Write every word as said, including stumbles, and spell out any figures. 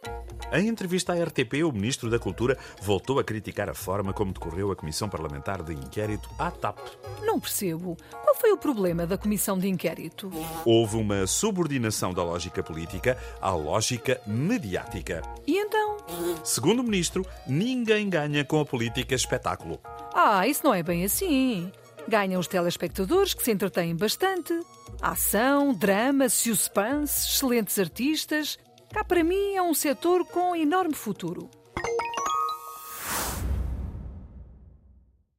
Em entrevista à R T P, o Ministro da Cultura voltou a criticar a forma como decorreu a Comissão Parlamentar de Inquérito à TAP. Não percebo. Qual foi o problema da Comissão de Inquérito? Houve uma subordinação da lógica política à lógica mediática. E então? Segundo o Ministro, ninguém ganha com a política espetáculo. Ah, isso não é bem assim. Ganham os telespectadores, que se entretêm bastante. Ação, drama, suspense, excelentes artistas. Cá para mim é um setor com enorme futuro.